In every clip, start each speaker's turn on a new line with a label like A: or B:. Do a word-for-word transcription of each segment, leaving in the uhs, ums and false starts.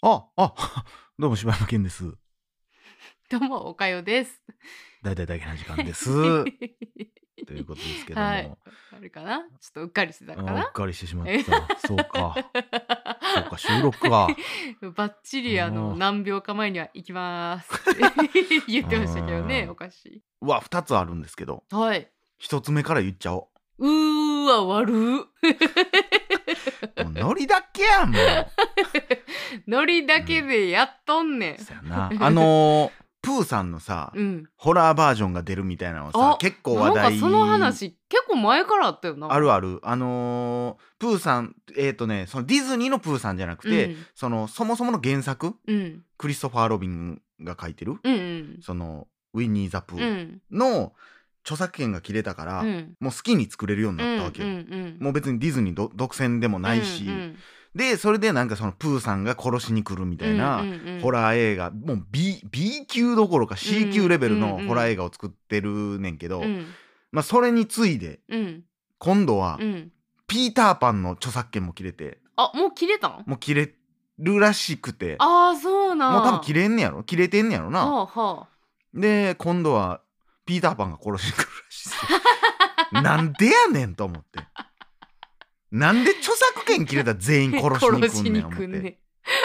A: あ、あ、どうも柴山健です。
B: どうも、おかよです。
A: 大体だけな時間です。ということですけど
B: はい。
A: も。
B: あれかなちょっとうっかりしてたか
A: あ、うっ
B: な
A: かりしてしまった。そうか。そうか、収録か。
B: バッチ
A: あ
B: リあの、
A: あ。
B: 何秒か前には行きますって言ってましたけどね、
A: ああ。
B: おかしい。
A: うわ、ふたつあるんですけど、
B: はい。
A: ひとつめから言っちゃお
B: うーわ、悪っ。
A: う。もうノリだけやん、もう。
B: ノリだけ
A: うん。
B: でやっとんねん。
A: そやな。あの、プーさんのさ、
B: うん。
A: ホラーバージョンが出るみたいなのさ、
B: あ、
A: 結構話
B: なんかその
A: 題
B: 話、結構前からあったよな。
A: あるある。あの、プーさん、えっとね、そのディズニーのプーさんじゃなくて、
B: うん。
A: その、そもそもの原作、
B: うん。
A: クリストファー・ロビンが書いてる、
B: うんうん。
A: その、ウィニー・ザ・プー
B: うん。
A: の著作権が切れたから、
B: うん。
A: もう好きに作れるように
B: うん
A: なったわけよ。
B: うんうん。
A: もう別にディズニーど独占でもないし、
B: うんうん。
A: で、それでなんかそのプーさんが殺しに来るみたいな
B: うんうんうん。
A: ホラー映画、もう B, B 級どころか C 級レベルのホラー映画を作ってるねんけど、
B: うん。
A: まあそれに次いで、
B: うん。
A: 今度は
B: うん。
A: ピーターパンの著作権も切れて、
B: あ、もう切れたん？
A: もう切れるらしくて、
B: ああ、そうなん。
A: もう多分切れんねやろ切れてんねやろな。
B: はあはあ。
A: で、今度はピーターパンが殺しに来るらしいですよ。なんでやねんと思って。なんで著作権切れたら全員殺しに
B: 殺しに
A: 来んねん思って。
B: 来んねん。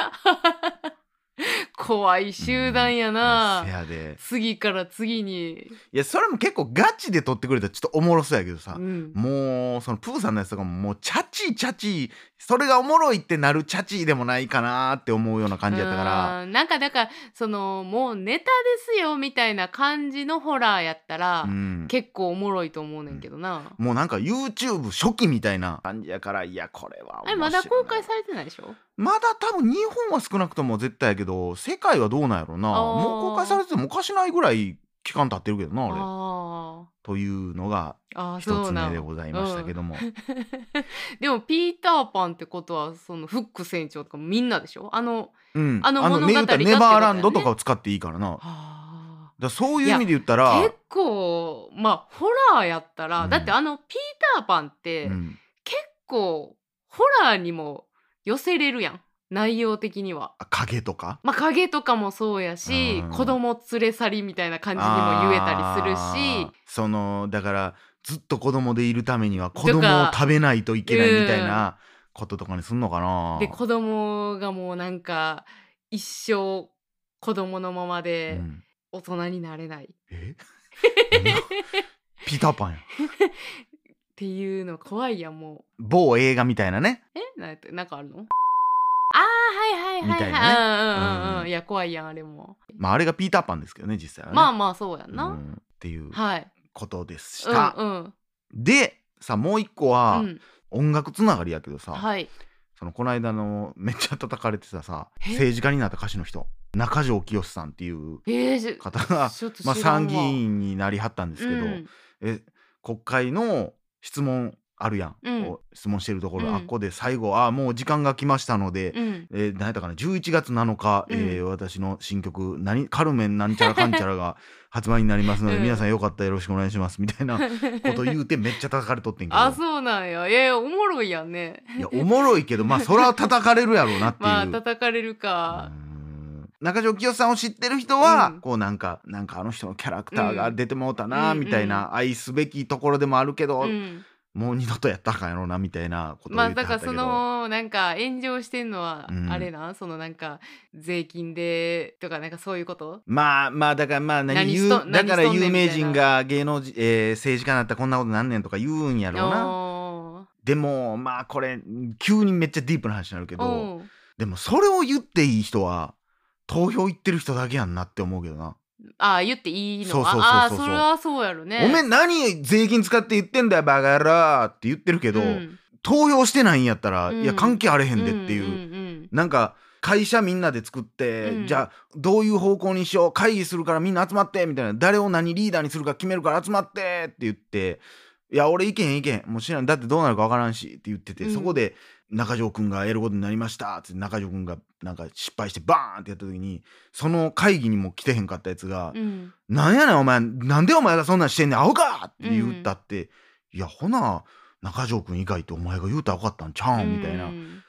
B: 怖い集団や
A: うんいや
B: な
A: せ。やで。
B: 次から次に。
A: いや、それも結構ガチで撮ってくれたらちょっとおもろそうやけどさ、
B: うん。
A: もう、そのプーさんのやつとかももうチャチーチャチー、それがおもろいってなるチャチーでもないかなーって思うような感じやったから、
B: うーん、なんかだからそのもうネタですよみたいな感じのホラーやったら、
A: うん。
B: 結構おもろいと思うねんけどな。
A: もうなんか YouTube 初期みたいな感じやから、いや、これは
B: あれまだ
A: 面白いな。
B: 公開されてないでしょ？
A: まだ多分日本は少なくとも絶対やけど、世界はどうなんやろな。
B: あ
A: もう公開さ
B: ー
A: れててもおかしないぐらい期間経ってるけどな、あれ。
B: あ
A: というのが
B: ーあー、
A: 一つ
B: そうなん。
A: 目でございましたけども。
B: うん、でもピーターパンってことはそのフック船長とかみんなでしょ？あの
A: うん。
B: あの
A: あの、ね、
B: 物語がって
A: 言ったらネバーランド
B: ことやね。
A: とかを使っていいからな。だか
B: はあ。
A: らそうい
B: いや、
A: う意味で言ったら、
B: 結構まあホラーやったら、
A: うん
B: だってあのピーターパンって
A: うん。
B: 結構ホラーにも寄せれるやん、内容的には。
A: あ、影とか
B: ま、影とかもそうや
A: う
B: し、子
A: ん。
B: 供連れ去りみたいな感じにも言えたりするし、
A: ああ、その、だから、ずっと子供でいるためには子供を
B: とか、
A: 食べないといけないみたい
B: うん。
A: なこととかにすんのか
B: で、
A: な。
B: 子供がもうなんか一生子供のままで
A: うん。
B: 大人になれない。
A: え何がピーターパンやん。
B: っていうの怖いやん、もう。
A: 某映画みたいなね。
B: え、なんやってなんかあるの？ああ、はいはい
A: み
B: はい
A: たいなね。
B: はい。うんうんうんうん。
A: うん。
B: いや、怖いやん、あれも。
A: まあ、あれがピーターパンですけどね、実際はね。
B: まあまあ、そうやんな。
A: うん。っていう
B: はい。
A: ことでし
B: うん
A: た。
B: うん。
A: で、さ、もう一個は、
B: うん。
A: 音楽つながりやけどさ、
B: はい。
A: そのこの間のめっちゃ叩かれてたさ、
B: え？
A: 政治家になった歌手の人、中条きよしさんっていう
B: ええ、じ
A: 方が、
B: ちょっと
A: まあ、
B: 知らんわ。
A: 参議院になりはったんですけど、
B: うん。
A: え、国会の質問あるやん。
B: うん。
A: こう質問してるところ、あっ
B: うん。
A: こで最後、あ、もう時間が来ましたので、
B: うん。
A: えー、何やったかな、じゅういちがつなのか、
B: う
A: えー
B: ん。
A: 私の新曲、何カルメンなんちゃらかんちゃらが発売になりますので、
B: うん。
A: 皆さんよかったらよろしくお願いしますみたいなこと言うてめっちゃ叩かれとってんけ
B: あ、
A: ど、
B: そうなんや。いやいや、おもろいやんね。
A: いや、おもろいけど、まあ、そら叩かれるやろうなって
B: まあ、
A: いう。
B: 叩かれる
A: うー
B: か。
A: ん中条きよしさんを知ってる人
B: う
A: は、
B: ん。
A: こうなんか、なんかあの人のキャラク
B: う
A: ターが
B: ん。
A: 出てもうた
B: うん
A: な、みたい
B: うん。
A: な、愛すべきところでもあるけ
B: う
A: ど、
B: ん。
A: もう二度とやったらあかんやろうな、みたいなことを
B: まあ、
A: 言って
B: だからそ
A: はったけど、
B: の、なんか炎上してんの
A: う
B: は、あれ
A: ん。
B: な、そのなんか、税金でとかなんかそういうこと？
A: まあまあ、だからまあ、何
B: 何し
A: 言う、
B: と
A: だから
B: 何しとんね
A: 有名人
B: んみたいな。
A: が芸能人、えー政治家になったらこんなことなんねんとか言うんやろうな。
B: あ
A: でも、まあこれ、急にめっちゃディープな話になるけ
B: あ。う
A: ど、
B: ん。
A: でもそれを言っていい人は、投票行ってる人だけやんなって思うけどな。
B: ああ、言っていいの？
A: そうそうそう
B: ああー、
A: そうそ
B: それはそうやろ
A: う。おめえ
B: ね。
A: 何税金使って言ってんだよバカ野郎って言ってるけど、
B: うん。
A: 投票してないんやったら、
B: う
A: いや関
B: ん。
A: 係あれへ
B: うんうん
A: んでっていう、
B: うん。
A: なんか会社みんなで作っ
B: う
A: て、じ
B: ん。
A: ゃあどういう方向にしよう、会議するからみんな集まってみたいな、誰を何リーダーにするか決めるから集まってって言って、いや俺意見意見もう知らん、だってどうなるかわからんしって言ってて、
B: うん。
A: そこで中条くんがやることになりましたって中条くんがなんか失敗してバーンってやった時に、その会議にも来てへんかったやつが、
B: うん。
A: なんやねんお前、なんでお前がそんなんしてんねんアホかって言った
B: うん。
A: って、いやほな中条くん以外ってお前が言うたらよかったんちゃ
B: う
A: うんみたいな
B: ん。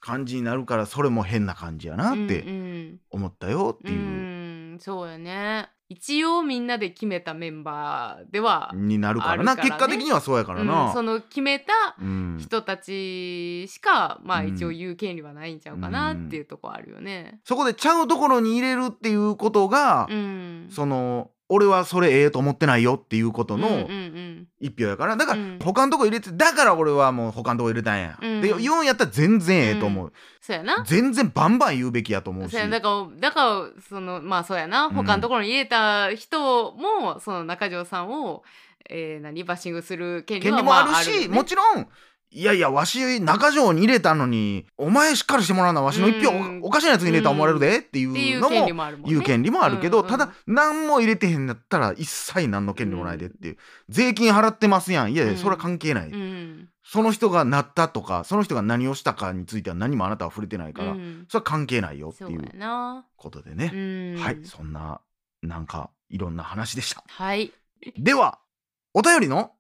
A: 感じになるから、それも変な感じやな
B: うん
A: って
B: うん
A: 思ったよって
B: う
A: いう、
B: ん、そうやね。一応みんなで決めたメンバーでは
A: になるか
B: あ
A: らな、
B: るからね。
A: 結果的にはそうやから
B: うん、
A: な。
B: その決めた
A: うん
B: 人たちしか、まあ一応
A: うん
B: 言う権利はないんちゃうか
A: う
B: なっていうんとこあるよね。
A: そこでちゃうところに入れるっていうことが、
B: うん。
A: その俺はそれええと思ってないよっていうこと
B: うんうんう
A: の
B: ん。
A: 一票やから、だから
B: うん
A: 他のとこ入れて、だから俺はもう他のとこ入れたんや、
B: うん
A: で言うんやったら全然ええと思う、
B: そうやな。
A: 全然バンバン言うべきやと思うし、
B: そうやだからだからそのまあそうやな、
A: うん
B: 他のところに入れた人もその中条さんを、えー、何バッシングする権利は
A: 権利もあるし、
B: まあ、あるよね。
A: もちろんいやいやわし中条に入れたのにお前しっかりしてもらうのはわしの一票、
B: うん
A: おおかしなやつに入れたら思われるでってい
B: っていうう
A: のも
B: 権利もあるもんね。
A: 言う権利もあるけど、
B: うんうん
A: ただ何も入れてへんだったら一切何の権利もないでっていう、税金払ってますやん、いやいや
B: うん
A: それは関係ない、
B: うん
A: その人がなったとかその人が何をしたかについては何もあなたは触れてないから、
B: うん
A: それは関係ないよって
B: そうや
A: いう
B: な。
A: ことで
B: う
A: ね、
B: ん
A: はい、そんななんかいろんな話でした。
B: はい。
A: ではお便りの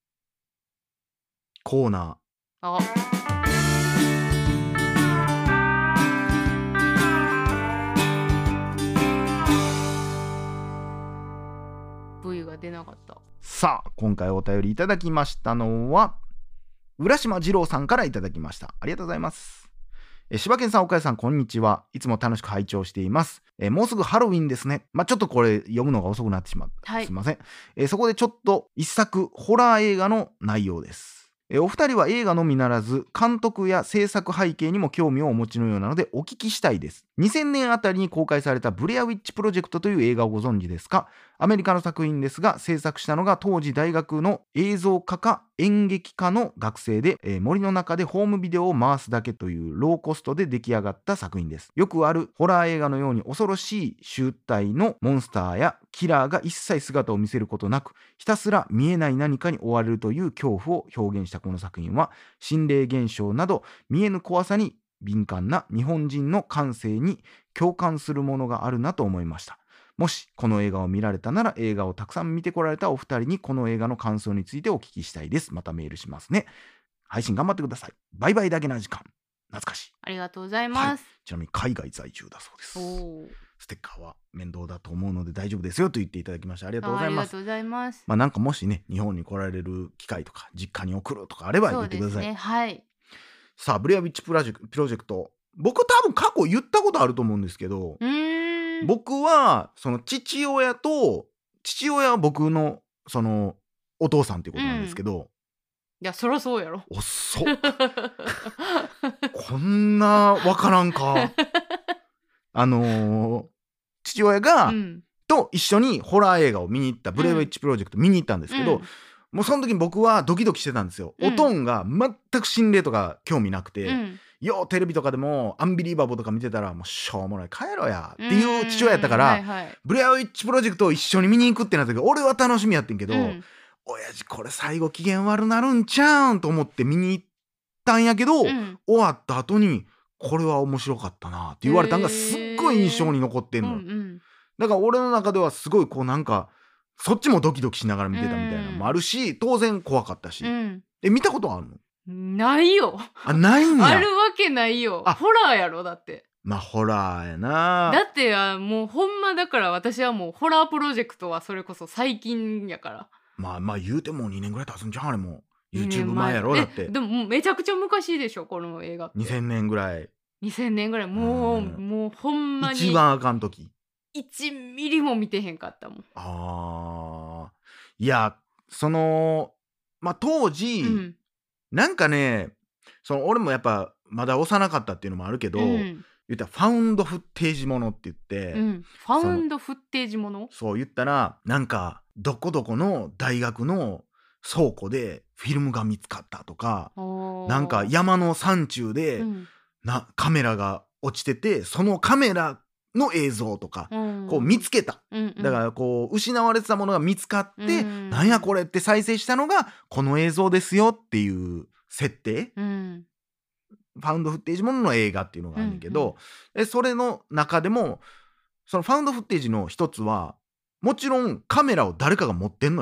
A: コーナー。
B: あ、V が出なかった。
A: さあ今回お便りいただきましたのは浦島二郎さんからいただきました。ありがとうございます。え柴犬さん、岡谷さん、こんにちは。いつも楽しく拝聴しています。えもうすぐハロウィンですね。まあちょっとこれ読むのが遅くなってしまった、
B: はい
A: すいません。えそこでちょっと一作ホラー映画の内容です。えお二人は映画のみならず監督や制作背景にも興味をお持ちのようなのでお聞きしたいです。にせんねんあたりに公開されたブレアウィッチプロジェクトという映画をご存知ですか？アメリカの作品ですが、制作したのが当時大学の映像科か演劇科の学生で、えー森の中でホームビデオを回すだけというローコストで出来上がった作品です。よくあるホラー映画のように恐ろしい集体のモンスターやキラーが一切姿を見せることなく、ひたすら見えない何かに追われるという恐怖を表現したこの作品は、心霊現象など見えぬ怖さに敏感な日本人の感性に共感するものがあるなと思いました。もしこの映画を見られたなら、映画をたくさん見てこられたお二人にこの映画の感想についてお聞きしたいです。またメールしますね。配信頑張ってください。バイバイだけな時間。懐かしい。
B: ありがとうございます。
A: ちなみに海外在住だそうです。
B: おー
A: ステッカーは面倒だと思うので大丈夫ですよと言っていただきましてありがとうございます。
B: あありがとうございます。
A: まあなんかもしね、日本に来られる機会とか実家に送るとかあれば言
B: そう
A: ってください。
B: ですね。はい。
A: さあブレアウィッチプロジェクト、プロジェクト僕多分過去言ったことあると思うんですけど、
B: うーん。
A: 僕はその父親と父親は僕のそのお父さんっていうことなんですけど、
B: いやそりゃそうやろ。
A: おっそこんなわからんかあのー父親が、
B: うん
A: と一緒にホラー映画を見に行ったブレイウィッチプロジェクト見に行ったんですけど、
B: うん
A: もうその時に僕はドキドキしてたんですよ、
B: うん
A: おとんが全く心霊とか興味なくて、
B: うん
A: ようテレビとかでもアンビリーバボーとか見てたらもうしょうもない帰ろやっていう父親やったから、
B: はいはい
A: ブレアウィッチプロジェクトを一緒に見に行くってなった時俺は楽しみやってんけど、
B: うん
A: 親父これ最後機嫌悪なるんちゃうんと思って見に行ったんやけど、
B: うん
A: 終わった後にこれは面白かったなって言われたんがすっごい印象に残ってんの、
B: うんうん
A: だから俺の中ではすごいこうなんかそっちもドキドキしながら見てたみたいなのもあるし、当然怖かったし、
B: うん
A: え見たことあるの？
B: ないよ。
A: あないんや。
B: あるわけないよ。
A: あ
B: ホラーやろだって。
A: まあホラーやな。
B: だってあもうほんまだから私はもうホラープロジェクトはそれこそ最近やから。
A: まあまあ言うてもうにねんぐらい経つんじゃんあれもう YouTube
B: にねん
A: 前やろ
B: え
A: だって
B: でももうめちゃくちゃ昔でしょこの映画って。
A: にせんねんぐらい
B: にせんねんぐらいもう、
A: うん
B: もうほんまに
A: 一番あかん時。
B: いちミリも見てへんかったもん。
A: あーいやそのまあ当時、
B: うん
A: なんかねその俺もやっぱまだ幼かったっていうのもあるけど、
B: うん
A: 言ったらファウンドフッテージものって言って、
B: うん、ファウンドフッテージもの
A: そう言ったらなんかどこどこの大学の倉庫でフィルムが見つかったとか、なんか山の山中で、
B: うん
A: なカメラが落ちててそのカメラの映像とか、
B: うん、
A: こう見つけた、
B: うんうん、
A: だからこう失われてたものが見つかって、
B: うん
A: なんやこれって再生したのがこの映像ですよっていう設定、
B: うん
A: ファウンドフッテージものの映画っていうのがあるんだけど、えそれの中でもそのファウンドフッテージの一つはもちろんカメラを誰かが持ってんのよ。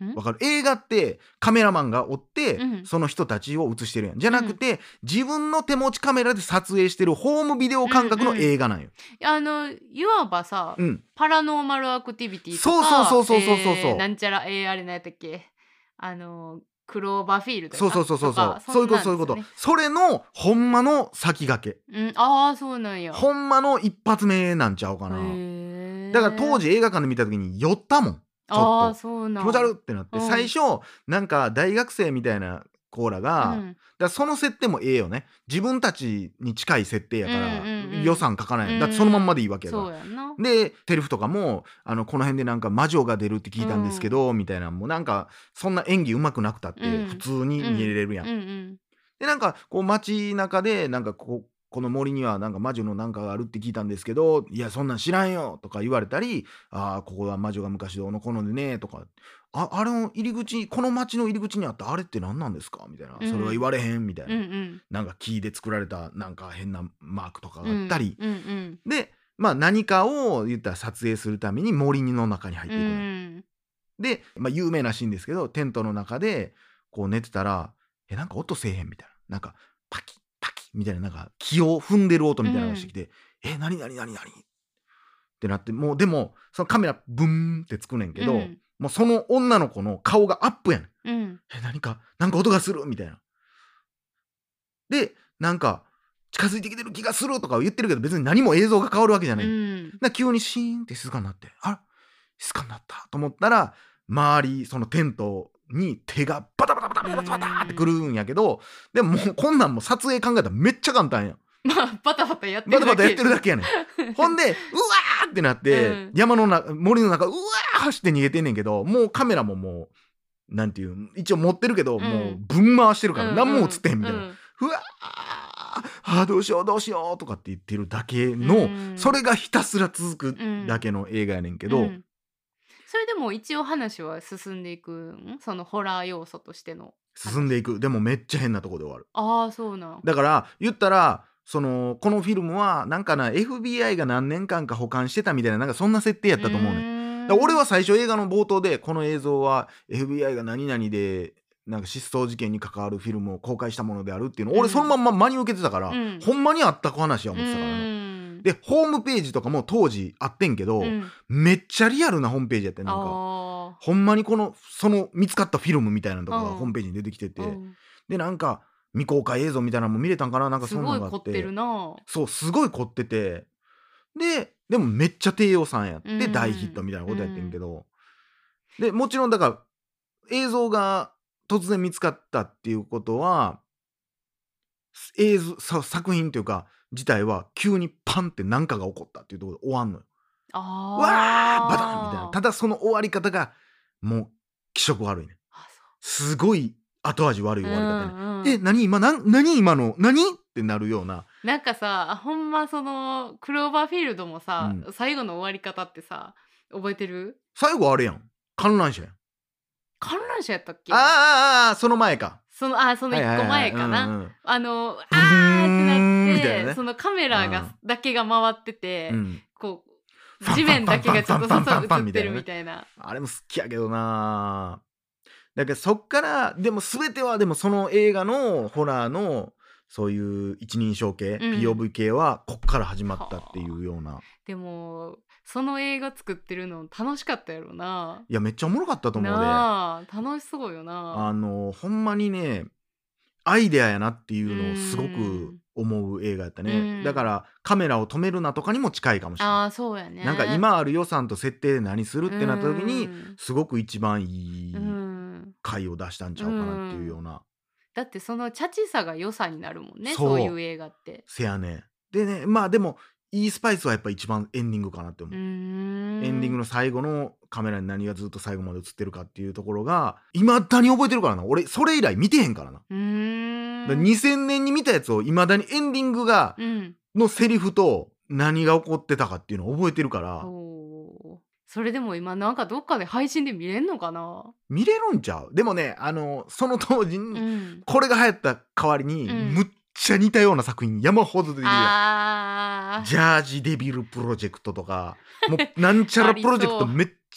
B: ん
A: わかる？映画ってカメラマンがおって、
B: うん、
A: その人たちを映してるやん。じゃなくて、自分の手持ちカメラで撮影してるホームビデオ感覚の映画なんよ。
B: あのいわばさ、
A: うん。
B: パラノーマルアクティビティと
A: そうそう
B: か、
A: そうそうそうそうそう
B: えーなんちゃら、えーあれ何やったっけ、あのクローバーフィールドやな
A: そうそうそうそう
B: とか、
A: そう。そういうこと
B: ん
A: そういうこと。
B: なんですよね。
A: それのほんまの先駆け。
B: うん、ああそうなんや。
A: ほんまの一発目なんちゃうかな。
B: へ
A: だから当
B: 時
A: 時映画館で見た時に酔ったもん。ちょっ
B: ああ
A: と
B: そうなん
A: 気持ち悪ってなって、
B: うん
A: 最初なんか大学生みたいなコーラが、
B: うん
A: だからその設定もええよね。自分たちに近い設定やから、
B: うんうんうん
A: 予算かかない、
B: うん
A: だってそのまんまでいいわけやから。
B: そうやんな。
A: でセリフとかもあのこの辺でなんか魔女が出るって聞いたんですけど、みたいな、もうなんかそんな演技うまくなくたって
B: うん
A: 普通に見れるやん。
B: うんうん
A: でなんかこう街中でなんかこうこの森にはなんか魔女のなんかがあるって聞いたんですけど、いやそんなん知らんよとか言われたり、ああここは魔女が昔どうのこうのでねとか、ああれの入り口、この街の入り口にあったあれって何なんですかみたいな、
B: うん
A: それは言われへんみたいな、
B: うんうん
A: なんか木で作られたなんか変なマークとかが
B: うん
A: あったり、
B: うんうん
A: でまあ何かを言ったら撮影するために森の中に入っていくのよ。
B: うん
A: で、まあ、有名なシーンですけど、テントの中でこう寝てたら、えなんか音せえへんみたいな、なんかパキッパキッみたいな、なんか木を踏んでる音みたいなのがしてきて、え何何何何ってなって、もうでもそのカメラブーンってつくねんけど、
B: うん
A: もうその女の子の顔がアップやねん。
B: うん
A: え何かなんか音がするみたいな。でなんか近づいてきてる気がするとか言ってるけど、別に何も映像が変わるわけじゃない。
B: うん
A: な急にシーンって静かになって、あら静かになったと思ったら、周りそのテントに手がバタバタバタバタバタバタってくるんやけど、でももうこんなんも撮影考えたらめっちゃ簡単やん。
B: まあバタバタやってるだけ
A: バタバタやってるだけやねん。ほんでうわーってなって、
B: うん
A: 山の中森の中うわー走って逃げてんねんけど、もうカメラももうなんていう、一応持ってるけど、
B: うん
A: もうぶん回してるから、
B: うん
A: 何も映ってへんみたいな、
B: うん
A: うわーあーどうしようどうしようとかって言ってるだけの、
B: うん
A: それがひたすら続くだけの映画やねんけど、
B: うんそれでも一応話は進んでいくん、そのホラー要素としての話
A: 進んでいく。でもめっちゃ変なとこで終わる。
B: ああそうなん
A: だから言ったらそのこのフィルムはなんかな エフビーアイ が何年間か保管してたみたいな、なんかそんな設定やったと思うねん。
B: ん
A: だから俺は最初映画の冒頭でこの映像は エフビーアイ が何々でなんか失踪事件に関わるフィルムを公開したものであるっていうのを、
B: うん
A: 俺そのまんま真に受けてたから、
B: うん
A: ほんまにあった話や思ってたからな。
B: うん
A: でホームページとかも当時あってんけど、
B: うん
A: めっちゃリアルなホームページやってん、なんか
B: あ
A: ほんまにこのその見つかったフィルムみたいなのとかが
B: うん
A: ホームページに出てきてて、
B: ーうん
A: でなんか未公開映像みたいなのも見れたんかな、なんか
B: す
A: そんなのがあって、
B: ごい凝ってるな
A: そうすごい凝ってて、ででもめっちゃ低予算やって
B: うん
A: 大ヒットみたいなことやってんけど、でもちろんだから映像が突然見つかったっていうことは映像さ作品というか自体は急にパンって何かが起こったっていうところで終わんのよ。
B: あ
A: わ
B: あ
A: ーバタンみたいな。ただその終わり方がもう気色悪いね。
B: あ
A: すごい後味悪い
B: そう
A: 終わり方ね。
B: うんうん
A: え何今なん何今の何ってなるような。
B: なんかさほんまそのクローバーフィールドもさ、
A: う
B: 最後の終わり方ってさ覚えてる？
A: 最後あれやん、観覧車やん。
B: 観覧車やったっけ？
A: あーあーあーその前か。
B: そのあその一個前かな、
A: はいはいはいうんうん
B: あのあ
A: ブーン
B: ーってなって
A: みたいなね
B: そのカメラがだけが回ってて、
A: うん
B: こう
A: ファン
B: 地面だけがちょっと
A: ファンファンファン
B: そう映ってる
A: ファンみたいなね
B: みたいな。
A: あれも好きやけどな。だけどそっからでも全てはでもその映画のホラーのそういう一人称系、
B: うん
A: ピーオーブイ 系はこっから始まったっていうような。
B: でもその映画作ってるの楽しかったやろな。
A: いやめっちゃおもろかったと思うで、
B: なあ楽しそうよな。
A: あのほんまにねアイデアやなっていうのをすご
B: う
A: く
B: ん
A: 思う映画やった
B: う
A: ね。
B: ん
A: だからカメラを止めるなとかにも近いかもしれない。
B: ああそうやね。
A: なんか今ある予算と設定で何するってなった時に
B: うん
A: すごく一番いい
B: うん
A: 回を出したんちゃうかなっていうような。
B: だってそのチャチさが良さになるもんね、
A: そう
B: そういう映画って。
A: せやね。でね、まあでもいいスパイスはやっぱ一番エンディングかなって思
B: う
A: う。
B: ーん
A: エンディングの最後のカメラに何がずっと最後まで映ってるかっていうところがいまだに覚えてるからな。俺それ以来見てへんからな。
B: うーん
A: だからにせんねんに見たやつをいまだにエンディングが
B: うん
A: のセリフと何が起こってたかっていうのを覚えてるから
B: おーそれでも今なんかどっかで配信で見れんのかな。
A: 見れるんちゃう。でもね、あのその当時
B: う
A: に
B: ん
A: これが流行った代わりに、
B: うん
A: むっちゃ似たような作品山ほど出てくるやん。
B: あー
A: ジャージデビルプロジェクトとかもうなんちゃらプロジェクトめっちゃ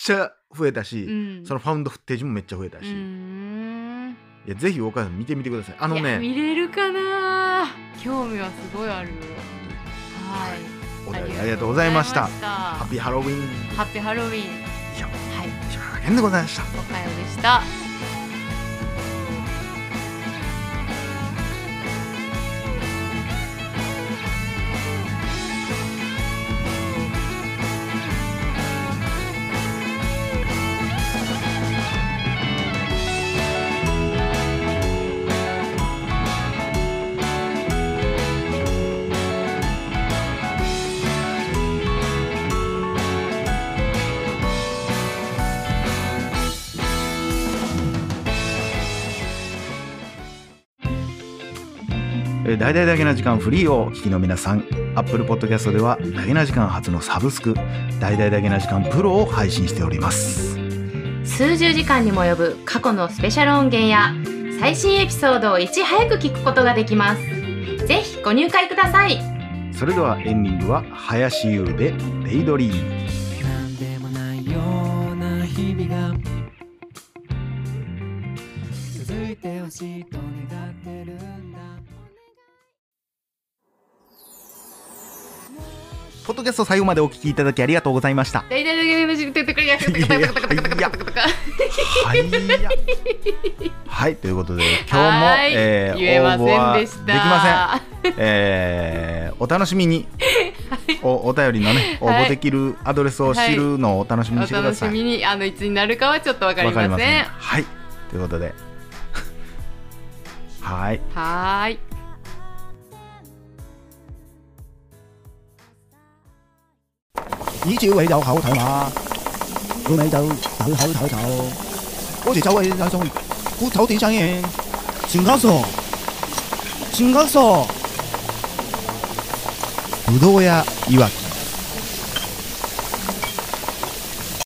A: 増えたし、
B: うん、
A: そのファウンドフッテージもめっちゃ増えたし、
B: うーん
A: いやぜひお母さん見てみてください。あの
B: いや
A: ね
B: 見れるかな、興味はすごいあるよ。はい、
A: お便りありがとうございました。ハッピーハロウィン。
B: ハッピーハロウィン。
A: 以上、
B: はい、
A: 石原健でございました。
B: おかよでした。
A: 大々だけな時間フリーをお聞きの皆さん、Apple Podcast ではだけな時間初のサブスク大々だけな時間プロを配信しております。
B: 数十時間にも及ぶ過去のスペシャル音源や最新エピソードをいち早く聞くことができます。ぜひご入会ください。
A: それではエンディングは林優でデイドリーム。
C: なんでもないような日々が続いてほしいと願ってるんだ。
A: ポッドキャスト最後までお聞きいただきありがとうございました。
B: 大々だけな時間テクテクや
A: はい、ということで今日も、えー、
B: 言えませんでした。
A: 応募はできません。えー、お楽しみにお, お便りのね応募できるアドレスを知るのをお楽しみにしてください。
B: お楽しみに。あのいつになるかはちょっとわかりません。
A: わかりません。はい、ということではい
B: はーい。
D: 以朝你就後退嘛，要你就抖口唞唞，嗰時走去就送骨頭點生嘢，全家傻，全家傻，
A: ぶどう屋いわき。